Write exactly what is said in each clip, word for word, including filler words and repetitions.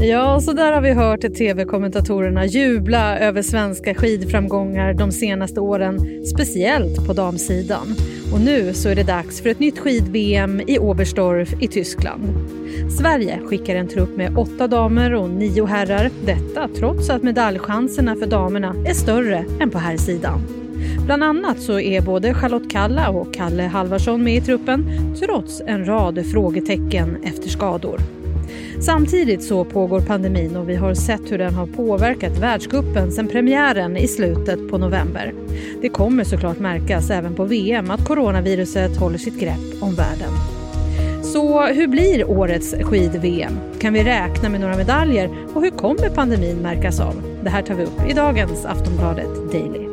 Ja, så där har vi hört tv-kommentatorerna jubla över svenska skidframgångar de senaste åren, speciellt på damsidan. Och nu så är det dags för ett nytt skid-V M i Oberstdorf i Tyskland. Sverige skickar en trupp med åtta damer och nio herrar, detta trots att medaljchanserna för damerna är större än på herrsidan. Bland annat så är både Charlotte Kalla och Kalle Halvarsson med i truppen, trots en rad frågetecken efter skador. Samtidigt så pågår pandemin och vi har sett hur den har påverkat världscupen sedan premiären i slutet på november. Det kommer såklart märkas även på V M att coronaviruset håller sitt grepp om världen. Så hur blir årets skid-V M? Kan vi räkna med några medaljer och hur kommer pandemin märkas av? Det här tar vi upp i dagens Aftonbladet Daily.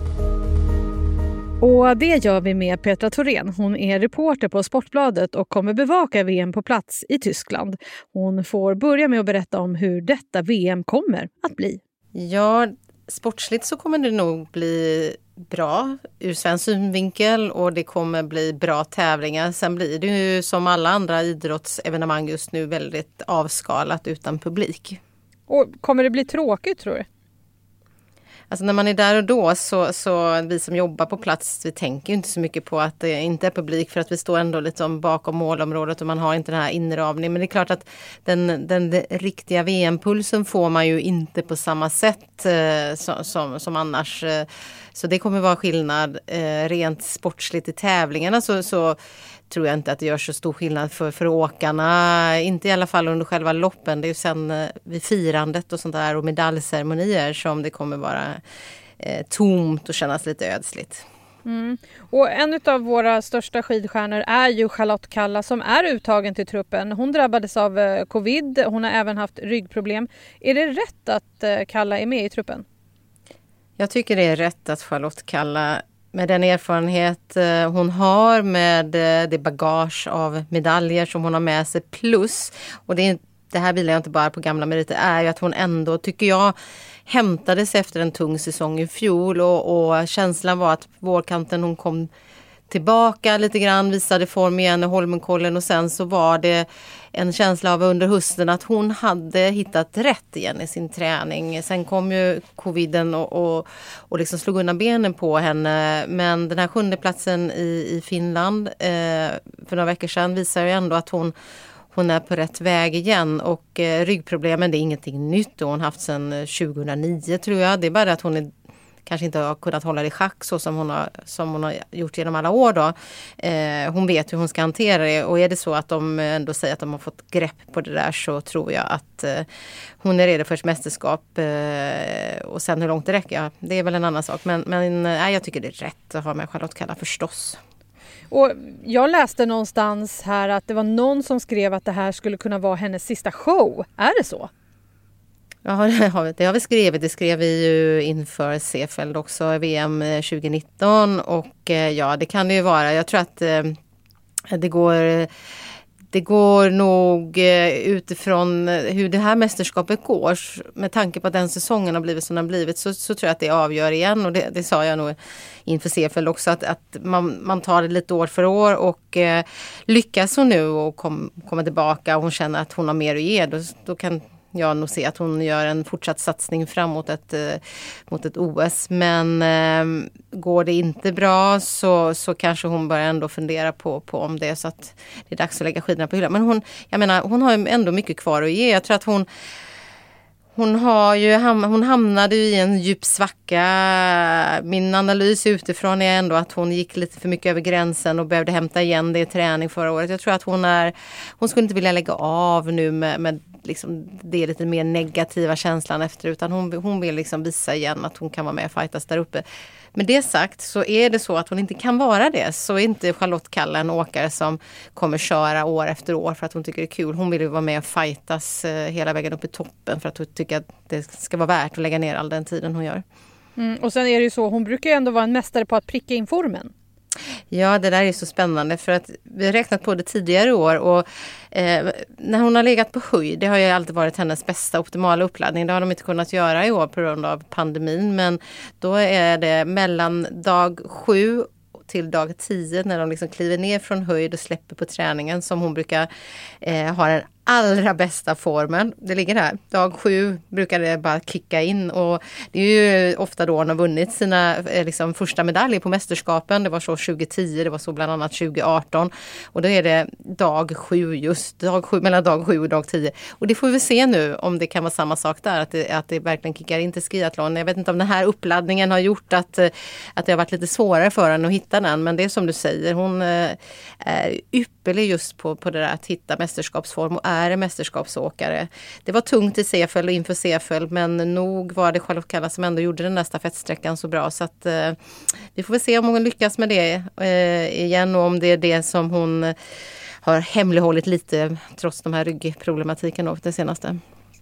Och det gör vi med Petra Thorén. Hon är reporter på Sportbladet och kommer bevaka V M på plats i Tyskland. Hon får börja med att berätta om hur detta V M kommer att bli. Ja, sportsligt så kommer det nog bli bra ur svensk synvinkel och det kommer bli bra tävlingar. Sen blir det ju som alla andra idrottsevenemang just nu väldigt avskalat utan publik. Och kommer det bli tråkigt, tror du? Alltså när man är där och då så, så vi som jobbar på plats, vi tänker ju inte så mycket på att det inte är publik för att vi står ändå lite om bakom målområdet och man har inte den här inramningen. Men det är klart att den, den, den riktiga V M-pulsen får man ju inte på samma sätt eh, som, som, som annars. Eh, så det kommer vara skillnad eh, rent sportsligt i tävlingarna så, så tror jag inte att det gör så stor skillnad för, för åkarna. Inte i alla fall under själva loppen. Det är ju sen eh, vid firandet och sånt där och medaljceremonier som det kommer vara eh, tomt och kännas lite ödsligt. Mm. Och en av våra största skidstjärnor är ju Charlotte Kalla som är uttagen till truppen. Hon drabbades av eh, covid. Hon har även haft ryggproblem. Är det rätt att eh, Kalla är med i truppen? Jag tycker det är rätt att Charlotte Kalla med den erfarenhet hon har, med det bagage av medaljer som hon har med sig plus, och det, är, det här vilar jag inte bara på gamla meriter, är ju att hon ändå, tycker jag, hämtades efter en tung säsong i fjol och, och känslan var att vårkanten hon kom tillbaka lite grann, visade form igen i Holmenkollen och sen så var det en känsla av under hösten att hon hade hittat rätt igen i sin träning. Sen kom ju coviden och, och, och liksom slog undan benen på henne, men den här sjunde platsen i, i Finland eh, för några veckor sedan visar ju ändå att hon Hon är på rätt väg igen och eh, ryggproblemen, det är ingenting nytt och hon har haft sedan tjugohundranio tror jag. Det är bara att hon är kanske inte har kunnat hålla det i schack så som hon har, som hon har gjort genom alla år då. Eh, hon vet hur hon ska hantera det och är det så att de ändå säger att de har fått grepp på det där så tror jag att eh, hon är redo för ett mästerskap eh, och sen hur långt det räcker, ja, det är väl en annan sak. Men, men eh, jag tycker det är rätt att ha med Charlotte Kalla förstås. Och jag läste någonstans här att det var någon som skrev att det här skulle kunna vara hennes sista show. Är det så? Ja, det har vi, det har vi skrivit. Det skrev vi ju inför Seefeld också, V M tjugonitton. Och ja, det kan det ju vara. Jag tror att eh, det går... Det går nog utifrån hur det här mästerskapet går. Med tanke på att den säsongen har blivit som den har blivit så, så tror jag att det avgör igen. Och det, det sa jag nog inför Seefeld också. Att, att man, man tar det lite år för år. Och eh, lyckas hon nu och kom, komma tillbaka och hon känner att hon har mer att ge. Då, då kan jag nog se att hon gör en fortsatt satsning fram mot ett, eh, mot ett O S. Men eh, går det inte bra så, så kanske hon börjar ändå fundera på, på om det är så att det är dags att lägga skidorna på hyllan. Men hon, jag menar, hon har ju ändå mycket kvar att ge. Jag tror att hon, hon, har ju, hon hamnade ju i en djup svacka. Min analys utifrån är ändå att hon gick lite för mycket över gränsen och behövde hämta igen det i träning förra året. Jag tror att hon är, hon skulle inte vilja lägga av nu med, med liksom det är lite mer negativa känslan efter, utan hon, hon vill liksom visa igen att hon kan vara med och fightas där uppe. Med det sagt så är det så att hon inte kan vara det, så är inte Charlotte Kalla en åkare som kommer köra år efter år för att hon tycker det är kul. Hon vill ju vara med och fightas eh, hela vägen upp i toppen för att hon tycker att det ska vara värt att lägga ner all den tiden hon gör. Mm, och sen är det ju så, hon brukar ju ändå vara en mästare på att pricka in formen. Ja, det där är så spännande för att vi har räknat på det tidigare år och eh, när hon har legat på höjd, det har ju alltid varit hennes bästa optimala uppladdning. Det har de inte kunnat göra i år på grund av pandemin, men då är det mellan dag sju till dag tio när de liksom kliver ner från höjd och släpper på träningen som hon brukar eh, ha den allra bästa formen. Det ligger här. Dag sju brukar det bara kicka in och det är ju ofta då hon har vunnit sina liksom, första medaljer på mästerskapen. Det var så tjugo tio, det var så bland annat tjugo arton och då är det dag sju just, dag sju, mellan dag sju och dag tio. Och det får vi se nu om det kan vara samma sak där, att det, att det verkligen kickar in till skiathlon. Jag vet inte om den här uppladdningen har gjort att, att det har varit lite svårare för henne att hitta den, men det är som du säger, hon är ypperlig just på, på det där att hitta mästerskapsform och är en mästerskapsåkare. Det var tungt i Seefeld och inför Seefeld, men nog var det Charlotte Kalla som ändå gjorde den där stafettsträckan så bra, så att eh, vi får väl se om hon lyckas med det eh, igen och om det är det som hon har hemlighållit lite trots de här ryggproblematiken då, det senaste.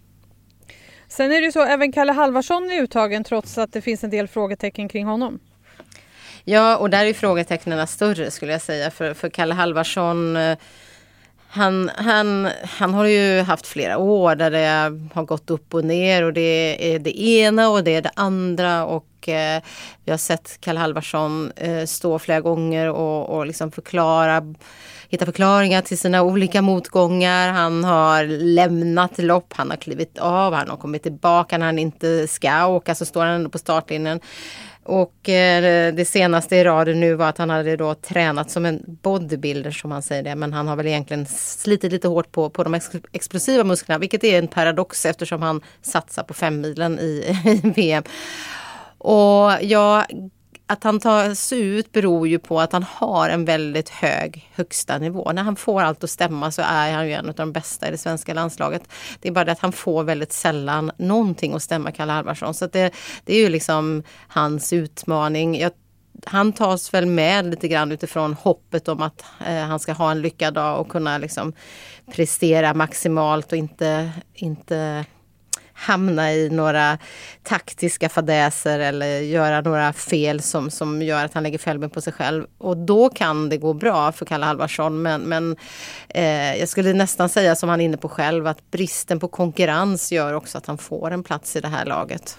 Sen är det ju så, även Kalle Halvarsson är uttagen trots att det finns en del frågetecken kring honom. Ja, och där är frågetecknen större skulle jag säga för, för Kalle Halvarsson. Han, han, han har ju haft flera år där det har gått upp och ner och det är det ena och det är det andra och eh, vi har sett Kalle Halvarsson eh, stå flera gånger och, och liksom förklara, hitta förklaringar till sina olika motgångar. Han har lämnat lopp, han har klivit av, han har kommit tillbaka när han inte ska åka, så står han ändå på startlinjen. Och eh, det senaste i raden nu var att han hade då tränat som en bodybuilder som han säger det. Men han har väl egentligen slitit lite hårt på, på de ex- explosiva musklerna. Vilket är en paradox eftersom han satsar på femmilen i, i V M. Och ja, att han tar sig ut beror ju på att han har en väldigt hög högsta nivå. När han får allt att stämma så är han ju en av de bästa i det svenska landslaget. Det är bara det att han får väldigt sällan någonting att stämma, Kalle Halvarsson. Så att det, det är ju liksom hans utmaning. Jag, han tas väl med lite grann utifrån hoppet om att eh, han ska ha en lyckad dag och kunna liksom prestera maximalt och inte... inte hamna i några taktiska fadäser eller göra några fel som, som gör att han lägger fälgen på sig själv. Och då kan det gå bra för Kalle Halvarsson. Men, men eh, jag skulle nästan säga som han är inne på själv att bristen på konkurrens gör också att han får en plats i det här laget.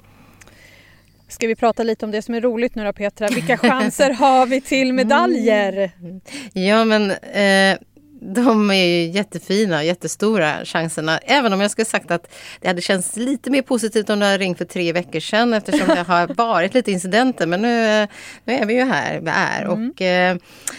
Ska vi prata lite om det som är roligt nu då, Petra? Vilka chanser har vi till medaljer? Mm. Ja men... Eh, De är ju jättefina, jättestora chanserna. Även om jag skulle sagt att det hade känts lite mer positivt om det hade ringt för tre veckor sedan. Eftersom det har varit lite incidenter. Men nu, nu är vi ju här vi är. Mm. Och eh,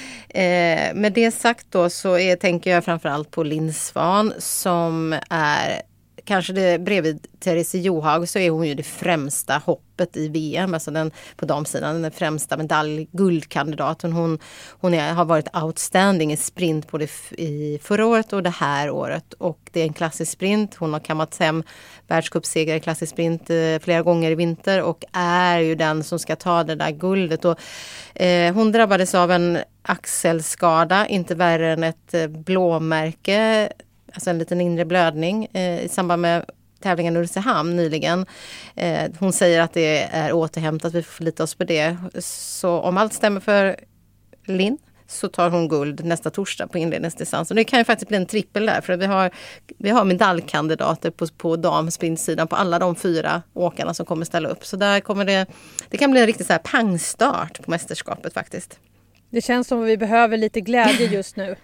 eh, med det sagt då så är, tänker jag framförallt på Linn Svan som är... Kanske det, bredvid Therese Johaug så är hon ju det främsta hoppet i V M. Alltså den, på damsidan, den främsta medalj-guldkandidaten. Hon, hon är, har varit outstanding i sprint både f- i förra året och det här året. Och det är en klassisk sprint. Hon har kammat hem världscupseger i klassisk sprint eh, flera gånger i vinter. Och är ju den som ska ta det där guldet. Och, eh, hon drabbades av en axelskada, inte värre än ett eh, blåmärke. Alltså en liten inre blödning eh, i samband med tävlingen i Ulricehamn nyligen. Eh, hon säger att det är återhämtat, vi får förlita oss på det. Så om allt stämmer för Linn så tar hon guld nästa torsdag på inledningsdistans. Och det kan ju faktiskt bli en trippel där för vi har, vi har medaljkandidater på, på damsprintsidan på alla de fyra åkarna som kommer ställa upp. Så där kommer det, det kan bli en riktigt så här pangstart på mästerskapet faktiskt. Det känns som att vi behöver lite glädje just nu.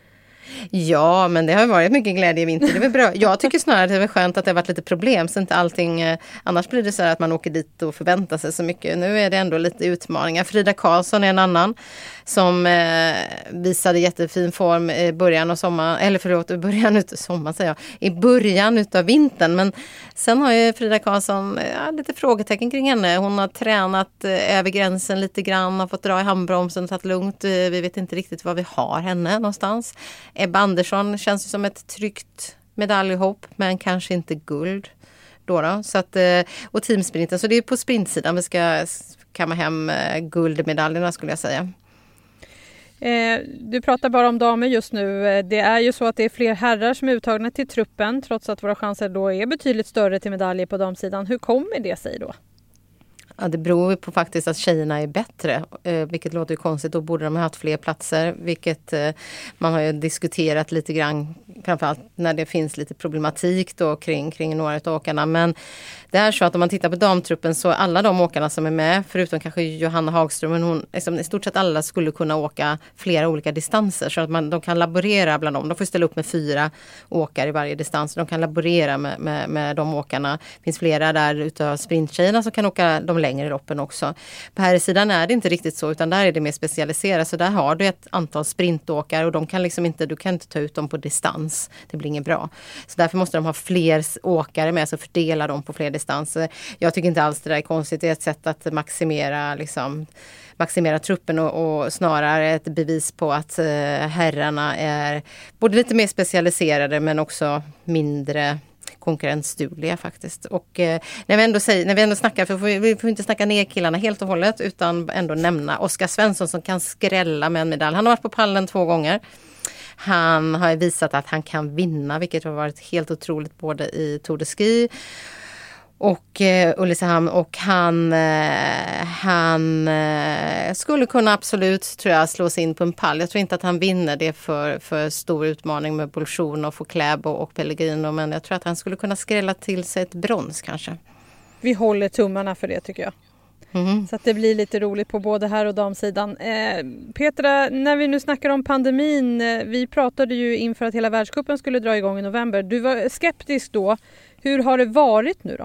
Ja, men det har varit mycket glädje i vinter. Det är väl bra. Jag tycker snarare att det är skönt att det har varit lite problem. Så inte allting, eh, annars blir det så här att man åker dit och förväntar sig så mycket. Nu är det ändå lite utmaningar. Frida Karlsson är en annan som eh, visade jättefin form i början av sommaren. Eller förlåt, i början utav sommaren säger jag. I början utav vintern. Men sen har ju Frida Karlsson ja, lite frågetecken kring henne. Hon har tränat eh, över gränsen lite grann. Har fått dra i handbromsen och tagit lugnt. Vi vet inte riktigt var vi har henne någonstans. Ebba Andersson känns ju som ett tryggt medaljhopp men kanske inte guld då då. Så att, och teamsprinten, så det är på sprintsidan vi ska kamma hem guldmedaljerna skulle jag säga. Eh, du pratar bara om damer just nu. Det är ju så att det är fler herrar som är uttagna till truppen trots att våra chanser då är betydligt större till medaljer på damsidan. Hur kommer det sig då? Ja, det beror på faktiskt att tjejerna är bättre, eh, vilket låter ju konstigt. Då borde de ha haft fler platser, vilket eh, man har ju diskuterat lite grann, framförallt när det finns lite problematik då kring, kring några av åkarna. Men det är så att om man tittar på damtruppen så alla de åkarna som är med, förutom kanske Johanna Hagström, men hon, liksom, i stort sett alla skulle kunna åka flera olika distanser, så att man, de kan laborera bland dem. De får ställa upp med fyra åkare i varje distans. De kan laborera med, med, med de åkarna. Det finns flera där utav sprinttjejerna som kan åka de längre loppen också. På här sidan är det inte riktigt så, utan där är det mer specialiserat. Så där har du ett antal sprintåkare och de kan liksom inte, du kan inte ta ut dem på distans. Det blir inget bra. Så därför måste de ha fler åkare med, så fördela dem på fler distanser. Jag tycker inte alls det där är konstigt. Det är ett sätt att maximera liksom maximera truppen och, och snarare ett bevis på att eh, herrarna är både lite mer specialiserade men också mindre konkurrensdugliga faktiskt. Och eh, när vi ändå säger, när vi ändå snackar, för vi, vi får inte snacka ner killarna helt och hållet, utan ändå nämna Oskar Svensson som kan skrälla med en medalj. Han har varit på pallen två gånger. Han har visat att han kan vinna, vilket har varit helt otroligt både i Tour de Ski och eh, Ulricehamn, och han, eh, han eh, skulle kunna absolut, tror jag, slå sig in på en pall. Jag tror inte att han vinner det för, för stor utmaning med Bolsjunov och Kläbo och Pellegrino, men jag tror att han skulle kunna skrälla till sig ett brons kanske. Vi håller tummarna för det tycker jag. Mm. Så att det blir lite roligt på både här och damsidan. Eh, Petra, när vi nu snackar om pandemin, eh, vi pratade ju inför att hela världscupen skulle dra igång i november. Du var skeptisk då. Hur har det varit nu då?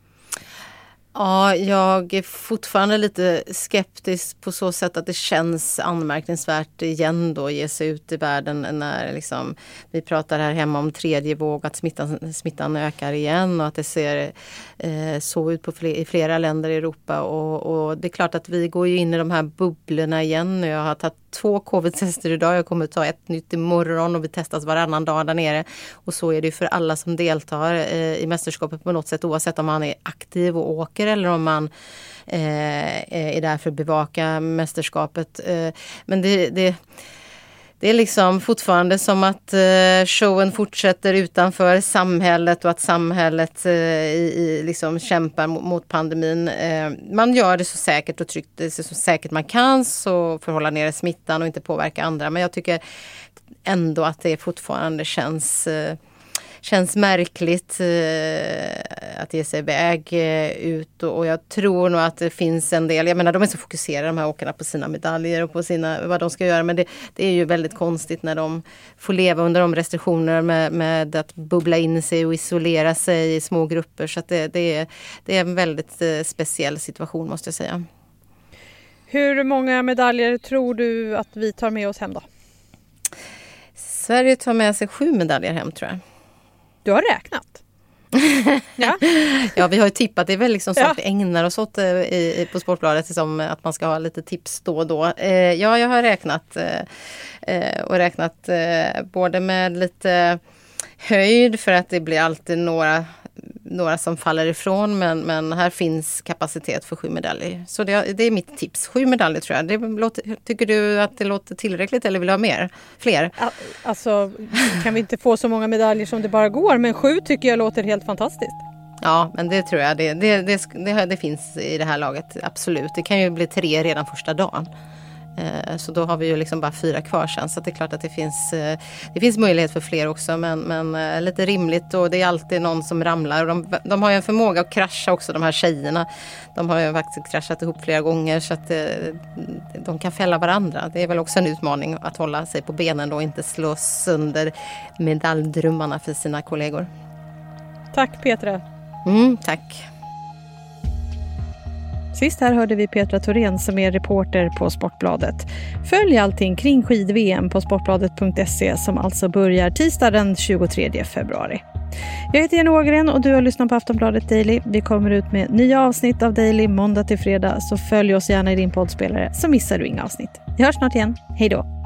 Ja, jag är fortfarande lite skeptisk på så sätt att det känns anmärkningsvärt igen då att ge sig ut i världen när liksom, vi pratar här hemma om tredje våg, att smittan, smittan ökar igen och att det ser eh, så ut på fler, i flera länder i Europa. Och, och det är klart att vi går ju in i de här bubblorna igen. Jag har tagit två covid-tester idag, jag kommer att ta ett nytt imorgon och vi testas varannan dag där nere. Och så är det för alla som deltar eh, i mästerskapet på något sätt, oavsett om man är aktiv och åker eller om man eh, är där för att bevaka mästerskapet. Eh, men det, det, det är liksom fortfarande som att eh, showen fortsätter utanför samhället och att samhället eh, i, i, liksom kämpar mot, mot pandemin. Eh, man gör det så säkert och tryggt, det så säkert man kan, så för att hålla ner smittan och inte påverka andra. Men jag tycker ändå att det fortfarande känns... Eh, Känns märkligt eh, att ge sig iväg eh, ut och, och jag tror nog att det finns en del, jag menar de är så fokuserade de här åkarna på sina medaljer och på sina, vad de ska göra, men det, det är ju väldigt konstigt när de får leva under de restriktioner med, med att bubbla in sig och isolera sig i små grupper, så att det, det, är, det är en väldigt eh, speciell situation måste jag säga. Hur många medaljer tror du att vi tar med oss hem då? Sverige tar med sig sju medaljer hem tror jag. Du har räknat? ja. ja, vi har ju tippat. Det är väl liksom så ja. att vi ägnar oss åt i, på Sportbladet som att man ska ha lite tips då och då. Eh, ja, jag har räknat eh, och räknat eh, både med lite höjd för att det blir alltid några, några som faller ifrån, men, men här finns kapacitet för sju medaljer. Så det, det är mitt tips. Sju medaljer tror jag. Det låter, tycker du att det låter tillräckligt eller vill du ha mer? Fler? Alltså, kan vi inte få så många medaljer som det bara går, men sju tycker jag låter helt fantastiskt. Ja, men det tror jag. Det, det, det, det, det finns i det här laget, absolut. Det kan ju bli tre redan första dagen. Så då har vi ju liksom bara fyra kvar sen, så det är klart att det finns, det finns möjlighet för fler också, men, men lite rimligt, och det är alltid någon som ramlar, och de, de har ju en förmåga att krascha också, de här tjejerna. De har ju faktiskt kraschat ihop flera gånger, så att de kan fälla varandra. Det är väl också en utmaning att hålla sig på benen då och inte slå sönder medaljdrömmarna för sina kollegor. Tack Petra. Mm, tack. Sist här hörde vi Petra Thorén som är reporter på Sportbladet. Följ allting kring skid-V M på sportbladet punkt se som alltså börjar tisdag den tjugotredje februari. Jag heter Jenny Ågren och du har lyssnat på Aftonbladet Daily. Vi kommer ut med nya avsnitt av Daily måndag till fredag, så följ oss gärna i din poddspelare så missar du inga avsnitt. Vi hörs snart igen. Hej då!